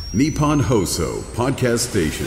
Nippon Hoso Podcast Station。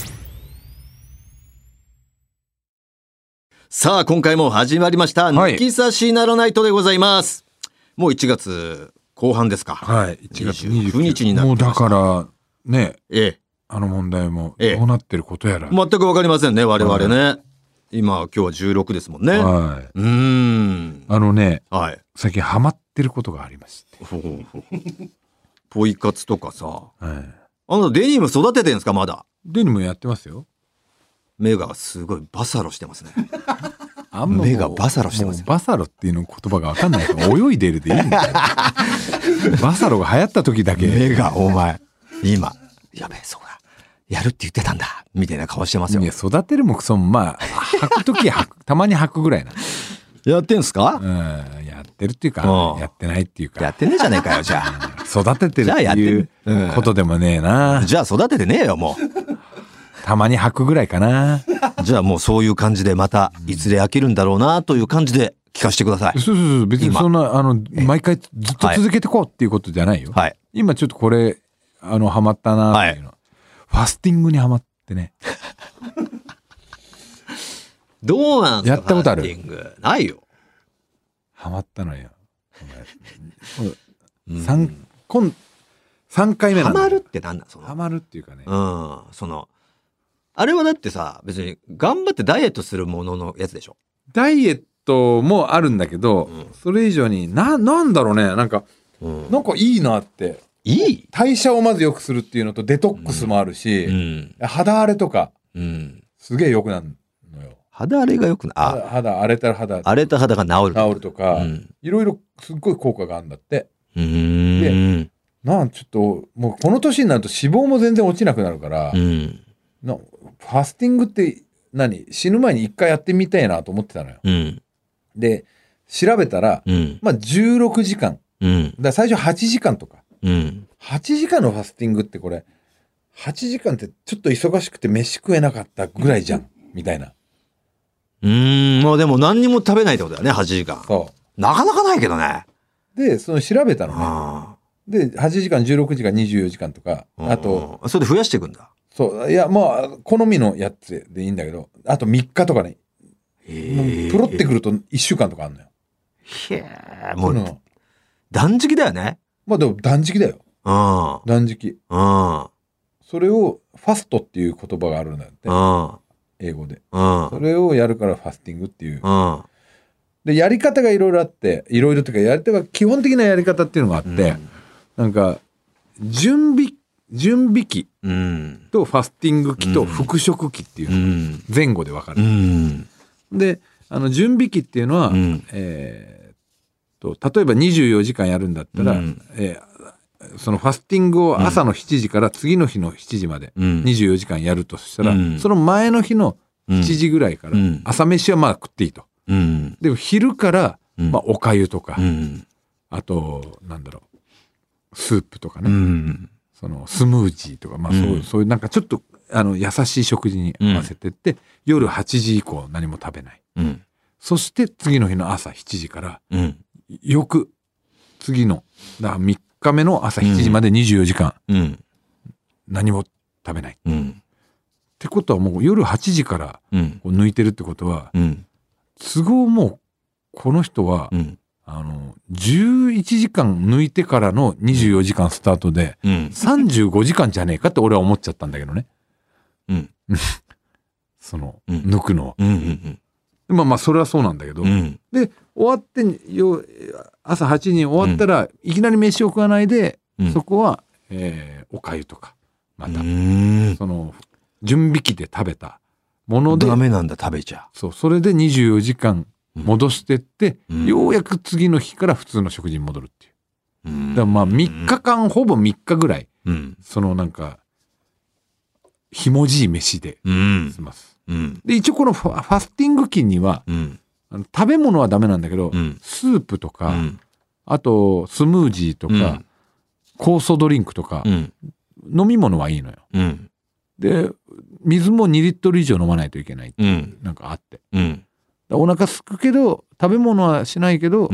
さあ今回も始まりました、 はい抜き差しならないとでございます。もう1月後半ですか。 はい、1月 29日になってもうだました。 からね、 えあの問題もええどうなってることやら、 全く分かりませんね我々ね、今日は16ですもんね。 はい、あのね、 はい最近ハマってることがありまして、 ポイ活とかさ、 はい、 デニム育ててんすかまだ。 デニムやってますよ。 目がすごいバサロしてますね。 あんまもう目がバサロしてますよもうバサロっていうの言葉が分かんないから泳いでるでいいんだよ。バサロが流行った時だけ。 目がお前今やべえそうだやるって言ってたんだみたいな顔してますよ。 いや育てるもクソもまあ履く時はたまに履くぐらいな。 やってんすか。 やってるっていうか、 うんやってないっていうか、 やってねえじゃねえかよじゃあ。 育ててるじゃあやってっていううんことでもねえな。 じゃあ育ててねえよもたまに履くぐらいかな。 う。じゃあもうそういう感じでまたいずれ飽きるんだろうなという感じで聞かせてください。 そうそうそう、別にそんな毎回ずっと続けてこうっていうことじゃないよ。 はい。 今ちょっとこれハマったなっていうの、ファスティングにハマってね。 どうなんすか。 やったことあるファスティングないよ。 ハマったのよ。3回目なんだよ。 ハマるってなんだその。 ハマるっていうかね。 そのあれはだってさ別に頑張ってダイエットするもののやつでしょ。 ダイエットもあるんだけど、それ以上になんだろうね、なんかいいなって。 いい。 代謝をまず良くするっていうのとデトックスもあるし、肌荒れとかすげえ良くなるのよ。 肌荒れがよくな肌荒れた肌荒れた肌が治るとか、いろいろすっごい効果があるんだって。 でちょっともうこの年になると脂肪も全然落ちなくなるから、ファスティングって死ぬ前に一回やってみたいなと思ってたのよ。で調べたら、まあ16時間、だ最初8時間とか、8時間のファスティングってこれ8時間ってちょっと忙しくて飯食えなかったぐらいじゃんみたいな。 もうでも何にも食べないってことだよね8時間。 そうなかなかないけどね。 でその調べたのね。で8時間16時間24時間とか、あとそれで増やしていくんだ。 そういやまあ好みのやつでいいんだけど、あと3日とかね、もうプロってくると1週間とかあるのよ。 へえ、もう断食だよね。 まあでも断食だよ。断食。それをファストっていう言葉があるんだって、英語で。それをやるからファスティングっていう。でやり方がいろいろあって、いろいろというかやり方が基本的なやり方っていうのがあって、なんか準備期とファスティング期と復食期っていう前後で分かる。で準備期っていうのは、例えば24時間やるんだったら、そのファスティングを朝の7時から次の日の7時まで24時間やるとしたら、その前の日の7時ぐらいから朝飯はまあ食っていいと。でも昼からまあおかゆとか、あとなんだろうスープとかね、そのスムージーとか、まあそういうなんかちょっと優しい食事に合わせてって、夜8時以降何も食べない、そして次の日の朝7時から、次の3日目の朝7時まで24時間、何も食べない、ってことはもう夜8時からこう抜いてるってことは、都合もうこの人は、11時間抜いてからの24時間スタートで、35時間じゃねえかって俺は思っちゃったんだけどね。その、抜くのは。まあそれはそうなんだけど、で終わって朝8時に終わったら、いきなり飯を食わないで、そこは、おかゆとかまたその準備期で食べたものでダメなんだ食べちゃう。それで24時間戻してって、ようやく次の日から普通の食事に戻るっていう。だからまあ3日間、ほぼ3日ぐらい、そのなんかひもじい飯で済ます。で一応このファスティング期には、食べ物はダメなんだけど、スープとか、あとスムージーとか、酵素ドリンクとか、飲み物はいいのよ。で水も2リットル以上飲まないといけないっていう、なんかあって、お腹すくけど食べ物はしないけど、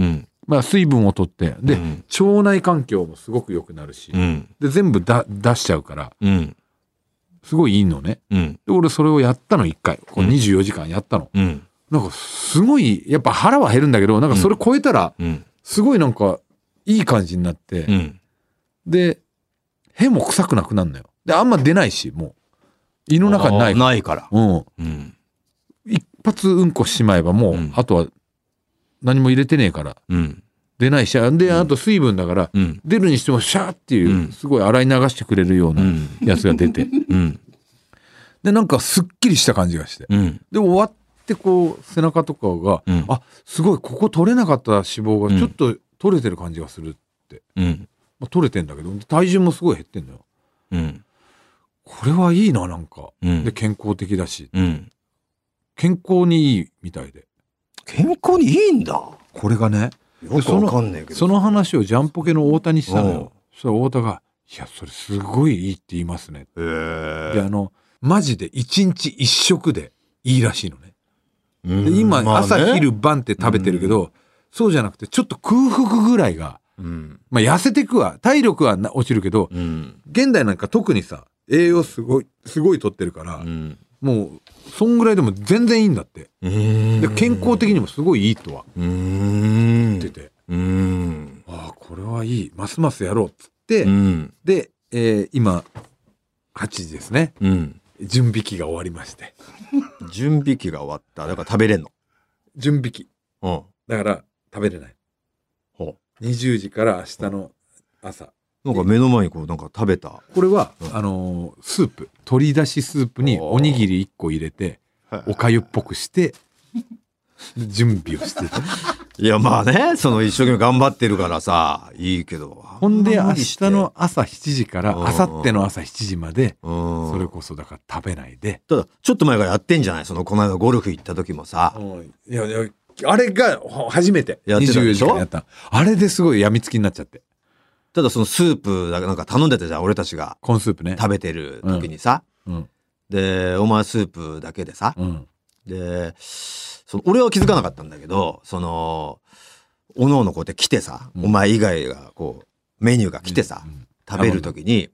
まあ水分を取って、で、腸内環境もすごく良くなるし、で、全部出しちゃうから、すごいいいのね。で、俺それをやったの1回。こう24時間やったの。なんかすごい、やっぱ腹は減るんだけど、なんかそれ超えたら、すごいなんかいい感じになって、で、屁も臭くなくなるのよ。で、あんま出ないし、もう。胃の中にないから。 ないから。 一発うんこしまえばもう、あとは何も入れてねえから。出ないし、で、あと水分だから、出るにしてもシャーっていう、すごい洗い流してくれるようなやつが出て。で、なんかすっきりした感じがして。で、終わってこう、背中とかが、あ、すごい、ここ取れなかった脂肪がちょっと取れてる感じがするって。取れてんだけど、体重もすごい減ってんのよ。これはいいな、なんか。で、健康的だし。健康にいいみたいで。 健康にいいんだ。 これがね、 よくわかんねえけど。 その話をジャンポケの太田にしたのよ。そしたら太田が、いや、それすごいいいって言いますね。で、マジで1日1食でいいらしいのね。で今、朝昼晩って食べてるけど、そうじゃなくて、ちょっと空腹ぐらいが、まあ痩せてくわ。体力は落ちるけど、現代なんか特にさ、栄養すごい取ってるから、もう、そんぐらいでも全然いいんだって。で、健康的にもすごいいいとは。言ってて。ああ、これはいい。ますますやろうっつって、で、今、8時ですね。準備期が終わりまして。 準備期が終わった。だから食べれんの？ 準備期。だから、食べれない。20時から明日の朝。 なんか目の前にこうなんか食べた。 これは、スープ。鶏だしスープにおにぎり1個入れて、おかゆっぽくして、準備をしてた。 いやまあね、その一生懸命頑張ってるからさ、いいけど。 ほんで明日の朝7時から明後日の朝7時まで、それこそだから食べないで。 ただ、ちょっと前からやってんじゃない？そのこの間ゴルフ行った時もさ。 いや、あれが初めて。 やってたでしょ？ やった。あれですごい病みつきになっちゃって。 ただそのスープだけなんか頼んでたじゃん、俺たちが。 コーンスープね。 食べてる時にさ。で、お前スープだけでさ。で、俺は気づかなかったんだけど、おのおのこうやって来てさ、お前以外がこう、メニューが来てさ、食べる時に、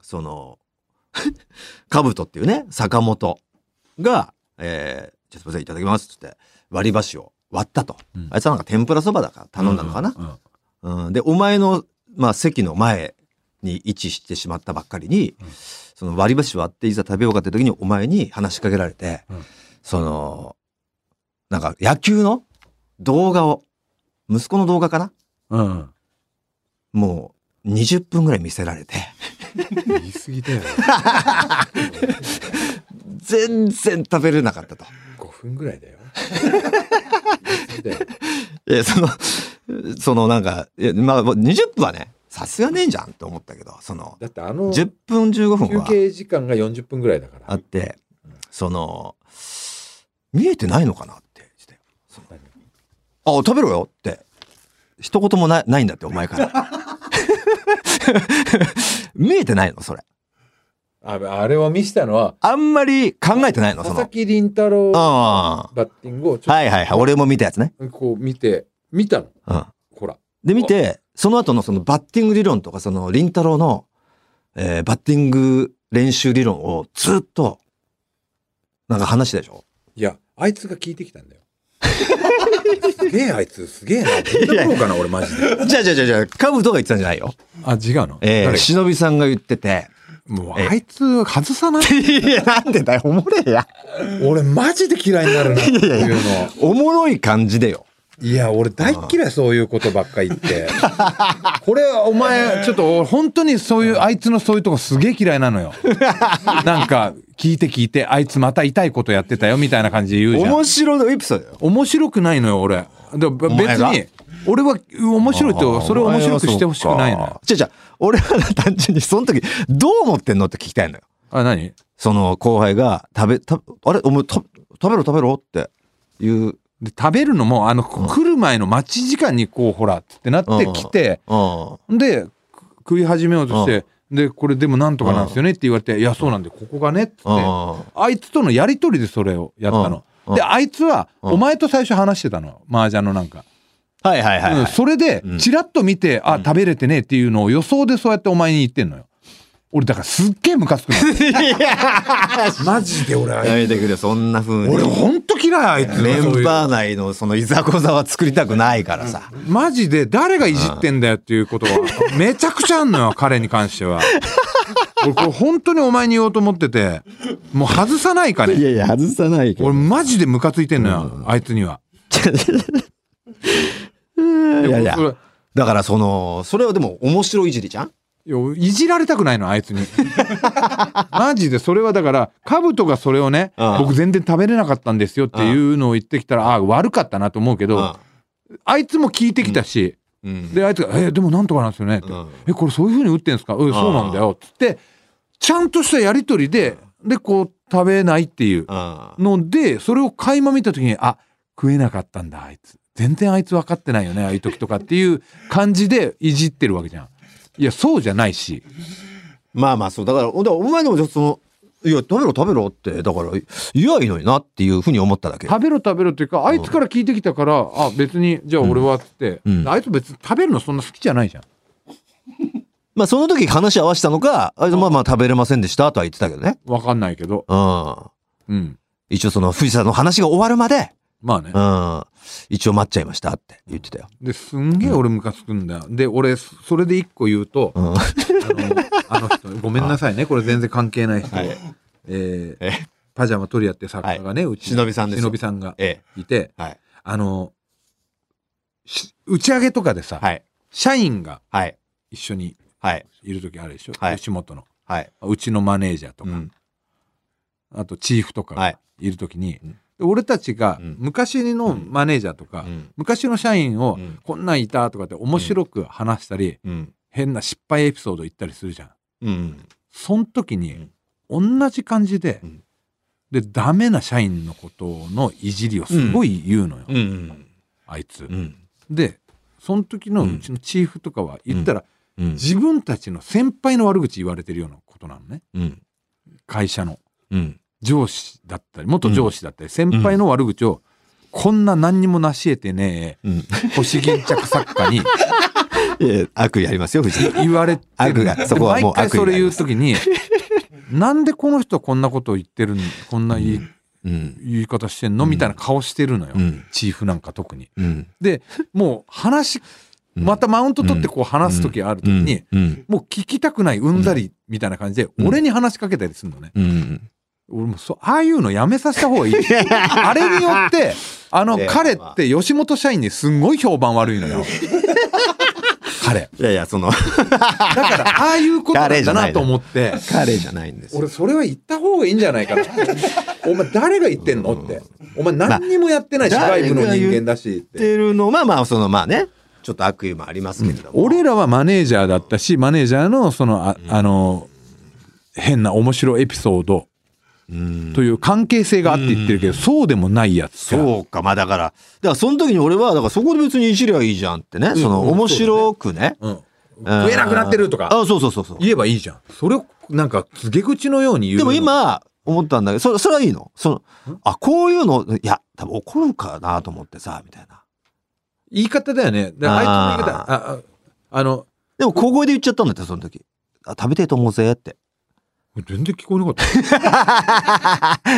かぶとっていうね、坂本が、じゃあすいません、いただきますってって割り箸を割ったと。あいつはなんか天ぷらそばだから頼んだのかな。で、お前の、まあ、席の前に位置してしまったばっかりに、その割り箸割っていざ食べようかって時にお前に話しかけられて、なんか野球の動画を、息子の動画かな？もう20分ぐらい見せられて。 言い過ぎだよ。 全然食べれなかったと。 5分ぐらいだよ。 いや、なんか、まあ、20分はね、さすがねえんじゃんって思ったけど、 だって 10分15分は。 休憩時間が40分ぐらいだから。 あって、見えてないのかなって言ってたよ。あ、食べろよって。一言もないんだって、お前から。見えてないのそれ。 あれを見せたのは、 あんまり考えてないの？ 佐々木麟太郎バッティングをちょっと。 はいはいはい。俺も見たやつね。 こう見たの。ほら。 で、見て、その後のバッティング理論とか、麟太郎の、バッティング練習理論をずっと、なんか話したでしょ？ いや、あいつが聞いてきたんだよ。すげえ、あいつ、すげえな。どんなのかな、俺マジで。 じゃあ、カブトが言ってたんじゃないよ。 あ、違うの？ 忍さんが言ってて。 もう、あいつ、外さない？ いや、なんでだよ、おもれや。 俺、マジで嫌いになるな、っていうの。 おもろい感じでよ。 いや、俺大っ嫌い、そういうことばっか言って。これ、お前、ちょっと、本当にそういう、あいつのそういうとこすげえ嫌いなのよ。なんか、聞いて、あいつまた痛いことやってたよ、みたいな感じで言うじゃん。 面白いエピソードよ。 面白くないのよ、俺。別に、俺は面白いって、それを面白くしてほしくないのよ。 じゃ俺は単純にその時、どう思ってんのって聞きたいのよ。 何？ その後輩が、あれお前食べろって言う。 で食べるのも来る前の待ち時間にこうほらってなってきて、で食い始めようとして、でこれでもなんとかなんですよねって言われて、いやそうなんでここがねっつって、あいつとのやり取りでそれをやったの。であいつはお前と最初話してたの、麻雀のなんか。 はいはいはい、はい、 それでチラッと見て、あ、食べれてねっていうのを予想でそうやってお前に言ってんのよ。俺だからすっげえムカつくの。いやマジで俺やめてくれ、そんな風に。 俺ほんと嫌い、あいつ。 メンバー内のそのいざこざは作りたくないからさ。 マジで誰がいじってんだよっていうことはめちゃくちゃあんのよ、彼に関しては。俺これ本当にお前に言おうと思ってて、もう外さないかね。 いやいや外さないけど。 俺マジでムカついてんのよ、あいつには。 いやいや。だからそれはでも面白いじりじゃん。 いじられたくないの、あいつに。マジでそれはだからカブトがそれをね、僕全然食べれなかったんですよっていうのを言ってきたら、あ、悪かったなと思うけど、あいつも聞いてきたし、であいつがでもなんとかなんですよねって、これそういう風に打ってんすか、そうなんだよっつってちゃんとしたやり取りでこう食べないっていうので、それを垣間見た時に、あ、食えなかったんだあいつ、全然あいつ分かってないよね、ああいう時とかっていう感じでいじってるわけじゃん。いやそうじゃないし、 まあまあそうだからお前でもいや食べろってだから言わいいのになっていうふうに思っただけ。 食べろっていうか、あいつから聞いてきたから、あ、別にじゃあ俺はっつって、あいつ別に食べるのそんな好きじゃないじゃん。 まあその時話し合わせたのか、あいつまあ食べれませんでしたとは言ってたけどね。 わかんないけど、 一応その藤田の話が終わるまで、 まあね、 一応待っちゃいましたって言ってたよ。 ですんげえ俺ムカつくんだよ。で俺それで一個言うと、あの人ごめんなさいね、これ全然関係ない人、パジャマトリアって作家がね、うち忍さんです。忍さんがいて、打ち上げとかでさ、社員が一緒にいる時あるでしょ、吉本の、うちのマネージャーとか、あとチーフとかがいる時に、俺たちが昔のマネージャーとか、昔の社員をこんなんいたとかって面白く話したり、変な失敗エピソード言ったりするじゃん。そん時に同じ感じで、ダメな社員のことのいじりをすごい言うのよ、あいつ。でその時のうちのチーフとかは言ったら、自分たちの先輩の悪口言われてるようなことなのね、会社の。上司だったり元上司だったり先輩の悪口を、こんな何にも成し得てねえ、星巾着作家に悪意ありますよ藤田、 言われてる。 そこはもう毎回それ言う時になんでこの人はこんなことを言ってるこんな言い方してんのみたいな顔してるのよ、チーフなんか特に。でもうまたマウント取ってこう話す時ある時に、もう聞きたくないうんざりみたいな感じで俺に話しかけたりするのね。俺もああいうのやめさせた方がいい。あれによって彼って吉本社員にすんごい評判悪いのよ。彼。 いやいやだからああいうことなんだなと思って。 彼じゃないんですよ。 俺それは言った方がいいんじゃないかな。お前誰が言ってんのって。お前何にもやってない外部の人間だしって。 言ってるのまあね。ちょっと悪意もありますけれども、 俺らはマネージャーだったし、マネージャーの変な面白いエピソードという関係性があって言ってるけど、そうでもないやつ。 そうか、まあだからその時に俺はだからそこで別にいじりゃいいじゃんってね、その面白くね、 食えなくなってるとか、 そう言えばいいじゃん。それをなんか告げ口のように言う。 でも今思ったんだけど、それはいいの？こういうの、いや多分怒るかなと思ってさみたいな言い方だよね。あいつの言い方、 でも小声で言っちゃったんだって、その時。食べてえと思うぜって。 全然聞こえなかった。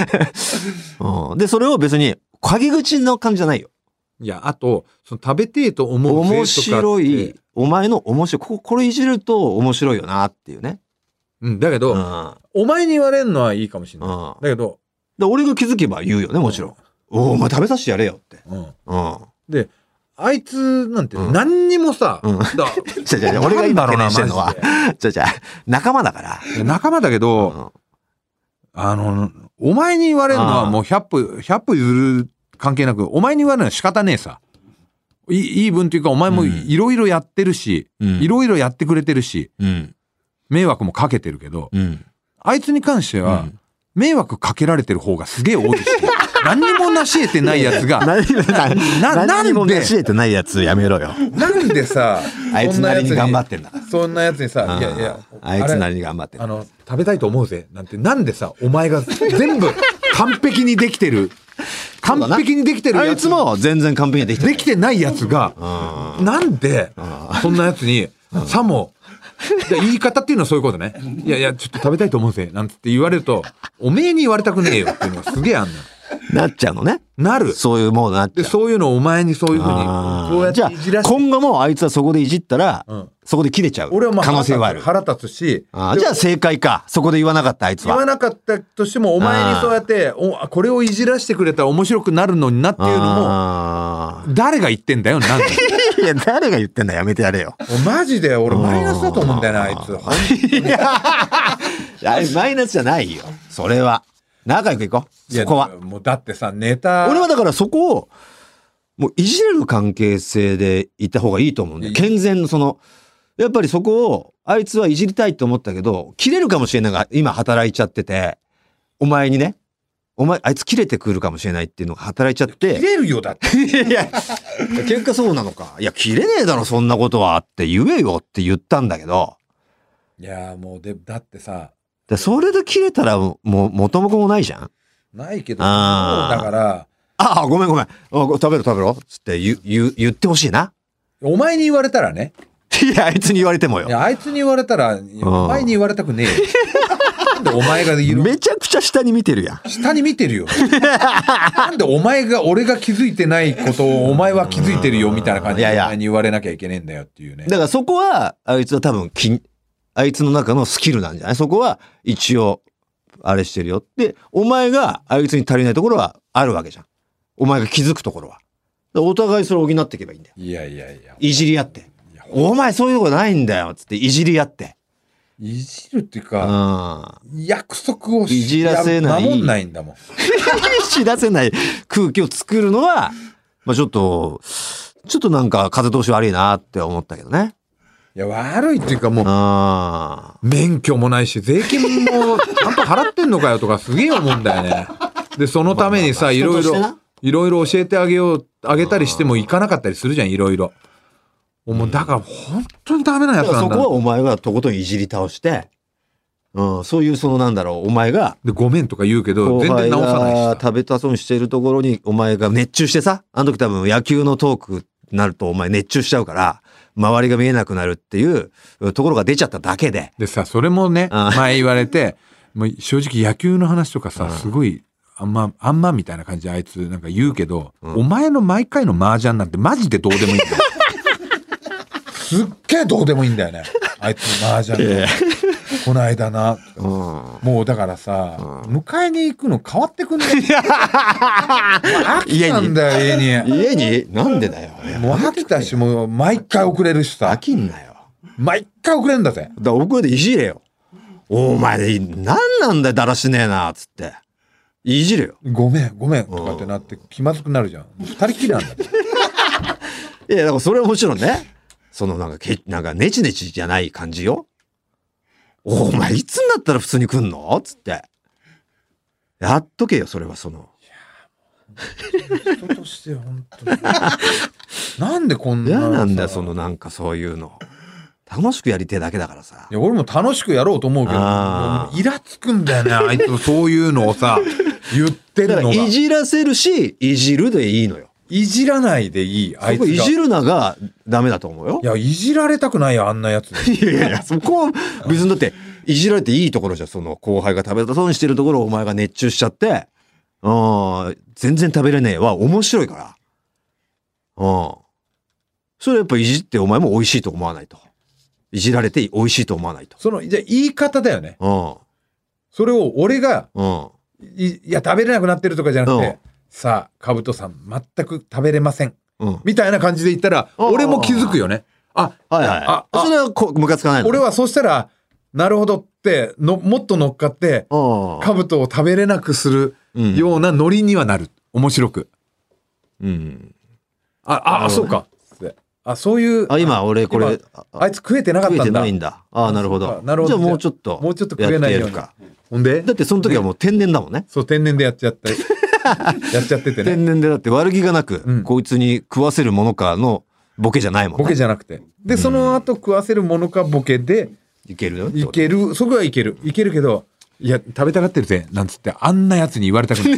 でそれを別に陰口の感じじゃないよ。 いや、あとその食べてえと思うぜとか面白い、お前の面白い、これいじると面白いよなっていうね。 だけど、お前に言われるのはいいかもしれない。だけど俺が気づけば言うよね、もちろん。お前食べさせてやれよって。 であいつなんて何にもさ、 俺が今懸念してんのは仲間だから。 仲間だけど、お前に言われるのはもう100歩譲る関係なく、お前に言われるのは仕方ねえさ。いい分っていうか、お前もいろいろやってるし、いろいろやってくれてるし、迷惑もかけてるけど、あいつに関しては迷惑かけられてる方がすげえ多いし。何にも成し得てないやつが何にも成し得てないやつやめろよ。 なんでさ、 あいつなりに頑張ってんだから。 そんなやつにさ、いやあいつなりに頑張ってんだ。 食べたいと思うぜなんて、なんでさ、お前が全部完璧にできてる完璧にできてるあやついつも全然完璧にできてる。 できてないやつがなんでそんなやつにさも言い方っていうのはそういうことね。いやいやちょっと食べたいと思うぜなんつって言われるとおめえに言われたくねえよっていうのがすげえあんのよ。 なっちゃうのね。 なる。 そういうもうなっちゃう。 でそういうのをお前にそういうふうにこうやっていじらして。 今後もあいつはそこでいじったら、そこで切れちゃう俺はまあ可能性はある。 腹立つし。 じゃあ正解か。そこで言わなかったあいつは。 言わなかったとしてもお前にそうやってこれをいじらしてくれたら面白くなるのになっていうのも誰が言ってんだよなんで。 いや誰が言ってんだやめてやれよ。 マジで俺マイナスだと思うんだよなあいつ。 いやマイナスじゃないよ。それは仲良くいこう。そこはもうだってさネタ俺はだからそこをもういじれる関係性でいた方がいいと思うんだよ。健全のそのやっぱりそこをあいつはいじりたいと思ったけど切れるかもしれないが今働いちゃっててお前にねお前あいつ切れてくるかもしれないっていうのが働いちゃって切れるよだっていや結果そうなのかいや切れねえだろそんなことはって言えよって言ったんだけどいやもうだってさそれで切れたらもう元も子もないじゃん。 ないけどだからごめん食べろつって言ってほしいな。 お前に言われたらね。 いやあいつに言われてもよ。 いやあいつに言われたらお前に言われたくねえよ。なんでお前が言うめちゃくちゃ下に見てるやん。 下に見てるよ。なんで俺が気づいてないことをお前は気づいてるよみたいな感じでお前に言われなきゃいけねえんだよっていうね。 だからそこはあいつは多分あいつの中のスキルなんじゃない。そこは一応あれしてるよってお前があいつに足りないところはあるわけじゃん。お前が気づくところはお互いそれを補っていけばいいんだよ。 いやいじり合ってお前そういうとこないんだよつっていじり合っていじるっていうか、約束をいじらせない守んないんだもん。 知らせない空気を作るのは、まあ、ちょっとなんか風通し悪いなって思ったけどね。 いや悪いっていうかもう免許もないし税金もちゃんと払ってんのかよとかすげえ思うんだよね。でそのためにさいろいろ教えてあげたりしても行かなかったりするじゃんいろいろ。もうだから本当にダメなやつなんだ。 そこはお前がとことんいじり倒して、そういうそのなんだろうお前がでごめんとか言うけど全然直さないしさ。 食べたそうにしているところにお前が熱中してさあの時多分野球のトークになるとお前熱中しちゃうから周りが見えなくなるっていうところが出ちゃっただけで。 でさそれもね前言われてもう正直野球の話とかさすごいあんまみたいな感じであいつなんか言うけど、お前の毎回の麻雀なんてマジでどうでもいいんだよ。すっげえどうでもいいんだよねあいつの麻雀この間な、もうだからさ、迎えに行くの変わってくんね飽きたんだよ家になんでだよ。 もう飽きたしもう毎回遅れるしさ。 飽きんなよ。 毎回遅れるんだぜ。 だから遅れでいじれよ。お前何なんだよだらしねえなっつっていじれよ。 ごめんとかってなって気まずくなるじゃん。二人きりなんだっていやだからそれはもちろんねそのなんかネチネチじゃない感じよ。お前いつになったら普通に来んのっつってやっとけよそれはその。 いや人として本当になんでこんな嫌なんだよそのなんかそういうの楽しくやりてえだけだからさ。 いや俺も楽しくやろうと思うけどイラつくんだよねあいつそういうのをさ言ってるのが。 いじらせるしいじるでいいのよ。 いじらないでいいあいつが。 いじるながダメだと思うよ。 いやいじられたくないよあんなやつ。 いやそこは別にだっていじられていいところじゃその後輩が食べたそうにしてるところをお前が熱中しちゃって全然食べれねえは面白いからそれやっぱいじってお前も美味しいと思わないといじられて美味しいと思わないとそのじゃあ言い方だよね。それを俺がいや食べれなくなってるとかじゃなくてさあカブトさん全く食べれません、みたいな感じで言ったら俺も気づくよね。それはムカつかないの。俺はそうしたらなるほどってもっと乗っかってカブトを食べれなくするようなノリにはなる。面白く。そうか。そういう今俺これあいつ食えてなかったんだ。 食えてないんだ。なるほど。じゃあもうちょっと食えないように。ほんでだってその時はもう天然だもんね。 そう天然でやっちゃっててね。 天然でだって悪気がなく、こいつに食わせるものかのボケじゃないもんね。 ボケじゃなくてでその後食わせるものかボケでいけるよ。 いけるそこはいけるけどいや食べたがってるぜなんつってあんなやつに言われたくない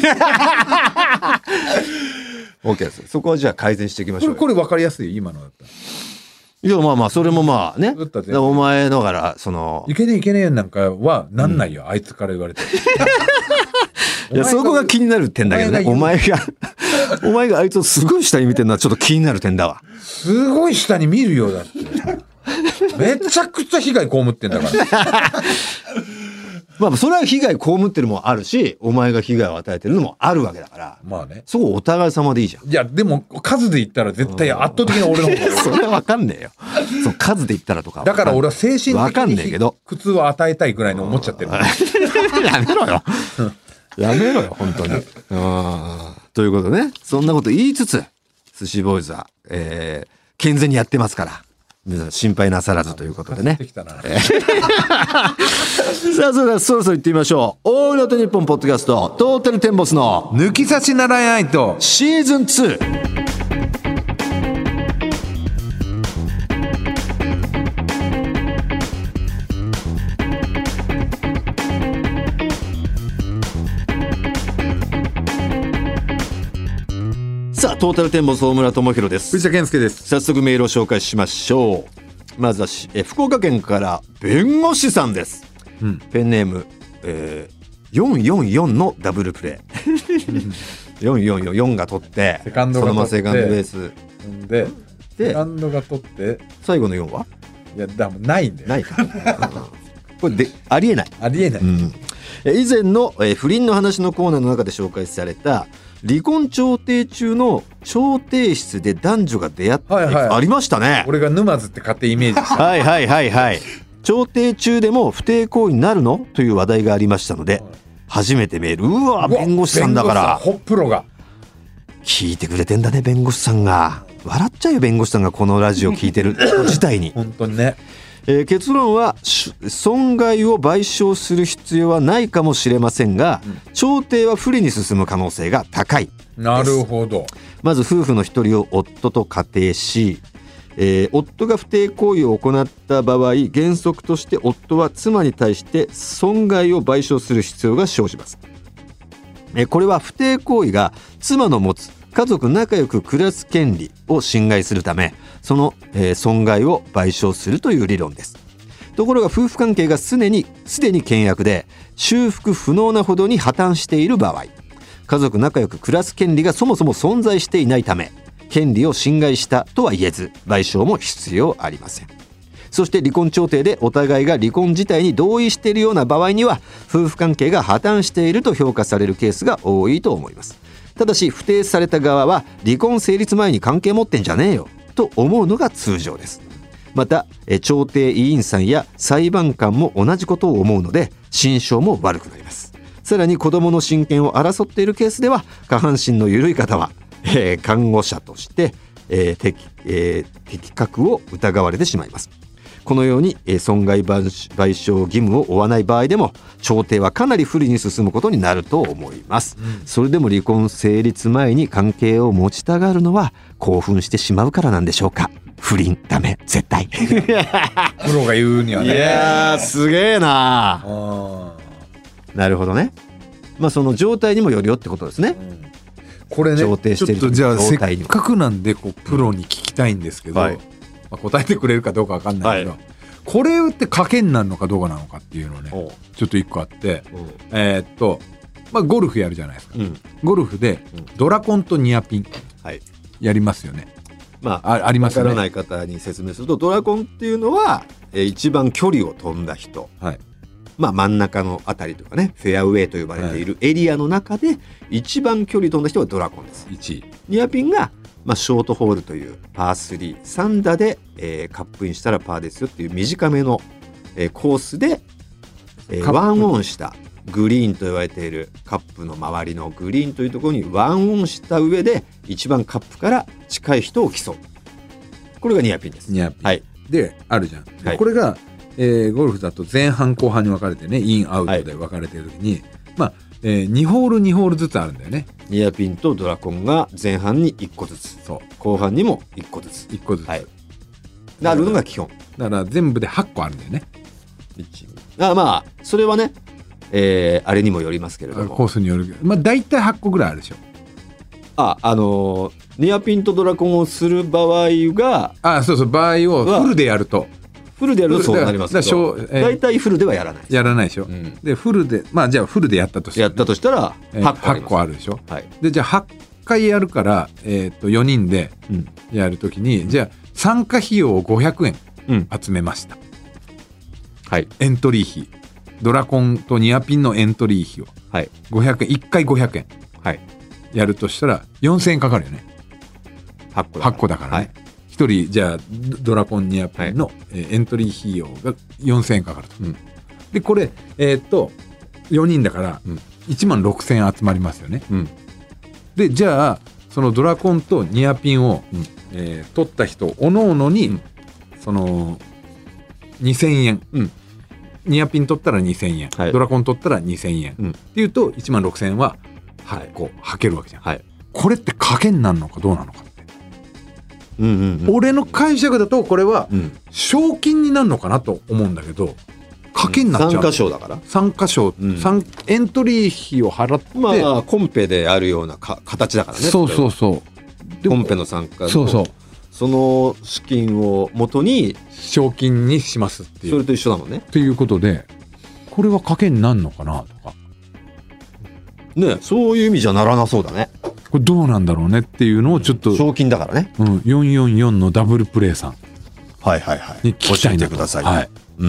OK です。そこはじゃあ改善していきましょうよ。 これ分かりやすい今のだったら。 いやまあまあそれもまあね。 だったらお前のからそのいけねえいけねえなんかはなんないよ、あいつから言われて。 いやそこが気になる点だけどね。お前があいつをすごい下に見てるのはちょっと気になる点だわ。 すごい下に見るよだって。めちゃくちゃ被害被ってんだから。 まあそれは被害被ってるもあるし、お前が被害を与えてるのもあるわけだから。 まあね。 そこお互い様でいいじゃん。 いやでも数で言ったら絶対圧倒的な俺の方が。 それは分かんねえよ。そう数で言ったらとか。 だから俺は精神的に苦痛を与えたいぐらいに思っちゃってる。 やめろよ。やめろよ本当に。ということでね、そんなこと言いつつ寿司ボーイズは、健全にやってますから。皆さん心配なさらずということでね。さあそれではそろそろ行ってみましょう。オールナイトニッポンポッドキャストトータルテンボスの抜き差しならないとシーズン2。さあトータルテンボス大村智弘です。 藤田健介です。 早速メールを紹介しましょう。まずは福岡県から弁護士さんです、ペンネーム、444のダブルプレー444が取ってセカンドそのままセカンドベースでセカンドが取って最後の4はいやだもないんだよ。 ないかこれでありえない、以前の、不倫の話のコーナーの中で紹介された離婚調停中の調停室で男女が出会って、ありましたね。 俺が沼津って勝手イメージした。 はい調停中でも不貞行為になるのという話題がありましたので、初めてメール。うわ弁護士さんだからホップロが聞いてくれてんだね。弁護士さんが笑っちゃうよ。弁護士さんがこのラジオ聞いてる自体に本当にね。 結論は損害を賠償する必要はないかもしれませんが、調停は不利に進む可能性が高いです。 なるほど。 まず夫婦の一人を夫と仮定し、夫が不貞行為を行った場合、原則として夫は妻に対して損害を賠償する必要が生じます。これは不貞行為が妻の持つ家族仲良く暮らす権利を侵害するため、その、損害を賠償するという理論です。ところが夫婦関係がすでに険悪で修復不能なほどに破綻している場合、家族仲良く暮らす権利がそもそも存在していないため、権利を侵害したとは言えず賠償も必要ありません。そして離婚調停でお互いが離婚自体に同意しているような場合には、夫婦関係が破綻していると評価されるケースが多いと思います。ただし不貞された側は離婚成立前に関係持ってんじゃねえよと思うのが通常です。また調停委員さんや裁判官も同じことを思うので心象も悪くなります。さらに子どもの親権を争っているケースでは、下半身の緩い方は、看護者として、適格を疑われてしまいます。このように、損害賠償義務を負わない場合でも調停はかなり不利に進むことになると思います、それでも離婚成立前に関係を持ちたがるのは興奮してしまうからなんでしょうか。不倫ダメ絶対プロが言うにはね。 いやーすげえな。なるほどね。まあその状態にもよるよってことですね、 これね、ちょっとじゃあせっかくなんでこうプロに聞きたいんですけど、まあ、答えてくれるかどうか分かんないけど、これって賭けになるのかどうかなのかっていうのねちょっと一個あって、まあ、ゴルフやるじゃないですか、ゴルフでドラコンとニアピンやりますよね。 まあ、ありますね。分からない方に説明すると、ドラコンっていうのは、一番距離を飛んだ人、まあ、真ん中のあたりとかね、フェアウェイと呼ばれているエリアの中で一番距離飛んだ人がドラコンです。1位。ニアピンがまあ、ショートホールというパー3、3打で、カップインしたらパーですよっていう短めの、コースで、ワンオンしたグリーンと言われているカップの周りのグリーンというところにワンオンした上で一番カップから近い人を競う。これがニアピンです。 ニアピン、であるじゃん、これが、ゴルフだと前半後半に分かれてね、インアウトで分かれてる時に、まあ2ホール2ホールずつあるんだよね。 ニアピンとドラコンが前半に1個ずつ、後半にも1個ずつ 1個ずつ、 あるのが基本だから全部で8個あるんだよね。 まあそれはね、 あれにもよりますけれども、 コースによるけど、まあ大体8個ぐらいあるでしょ。 ニアピンとドラコンをする場合が、 そうそう、場合をフルでやるとそうなりますけど、大体フルではやらないでしょ、でフルで、まあじゃあフルでやったとしたら 8個あるでしょ、でじゃあ8回やるから、4人でやるときに、じゃあ参加費用を500円集めました、エントリー費、ドラコンとニアピンのエントリー費を500円、1回500円やるとしたら4000円かかるよね。8個だからね。1人じゃあドラコンニアピンのエントリー費用が4000円かかると。でこれ4人だから1万6000円集まりますよね。でじゃあそのドラコンとニアピンを取った人おのおのにその2000円、ニアピン取ったら2000円、ドラコン取ったら2000円、っていうと1万6000円は8個はけるわけじゃん、これって賭けになるのかどうなのかって、俺の解釈だとこれは賞金になるのかなと思うんだけど、賭けになっちゃう。 参加賞だから参加賞、エントリー費を払って、 まあコンペであるような形だからね。 そうそうそう、 コンペの参加のその資金を元に賞金にしますっていう、 それと一緒なのね。 ということでこれは賭けになるのかなとかね、そういう意味じゃならなそうだね。 これどうなんだろうねっていうのをちょっと、 賞金だからね、 444のダブルプレイさんに聞きたいなと。 教えてください。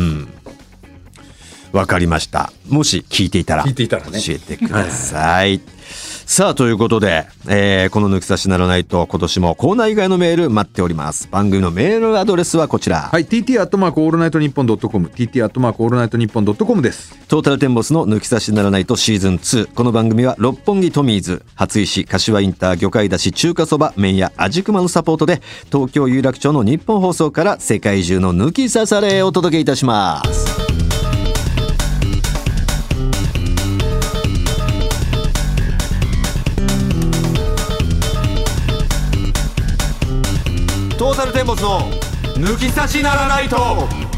わかりました。もし聞いていたらね、 教えてください。さあということで、この抜き差しならないと今年もコーナー以外のメール待っております。番組のメールアドレスはこちら、 TT アットマークオールナイトニッポンドットコム、 TT アットマークオールナイトニッポンドットコムです。 トータルテンボスの抜き差しならないとシーズン2、この番組は六本木トミーズ、初石、柏インター、魚介だし、中華そば、麺屋味熊のサポートで東京有楽町の日本放送から世界中の抜き差されをお届けいたします。トータルテンボスの抜き差しならないと。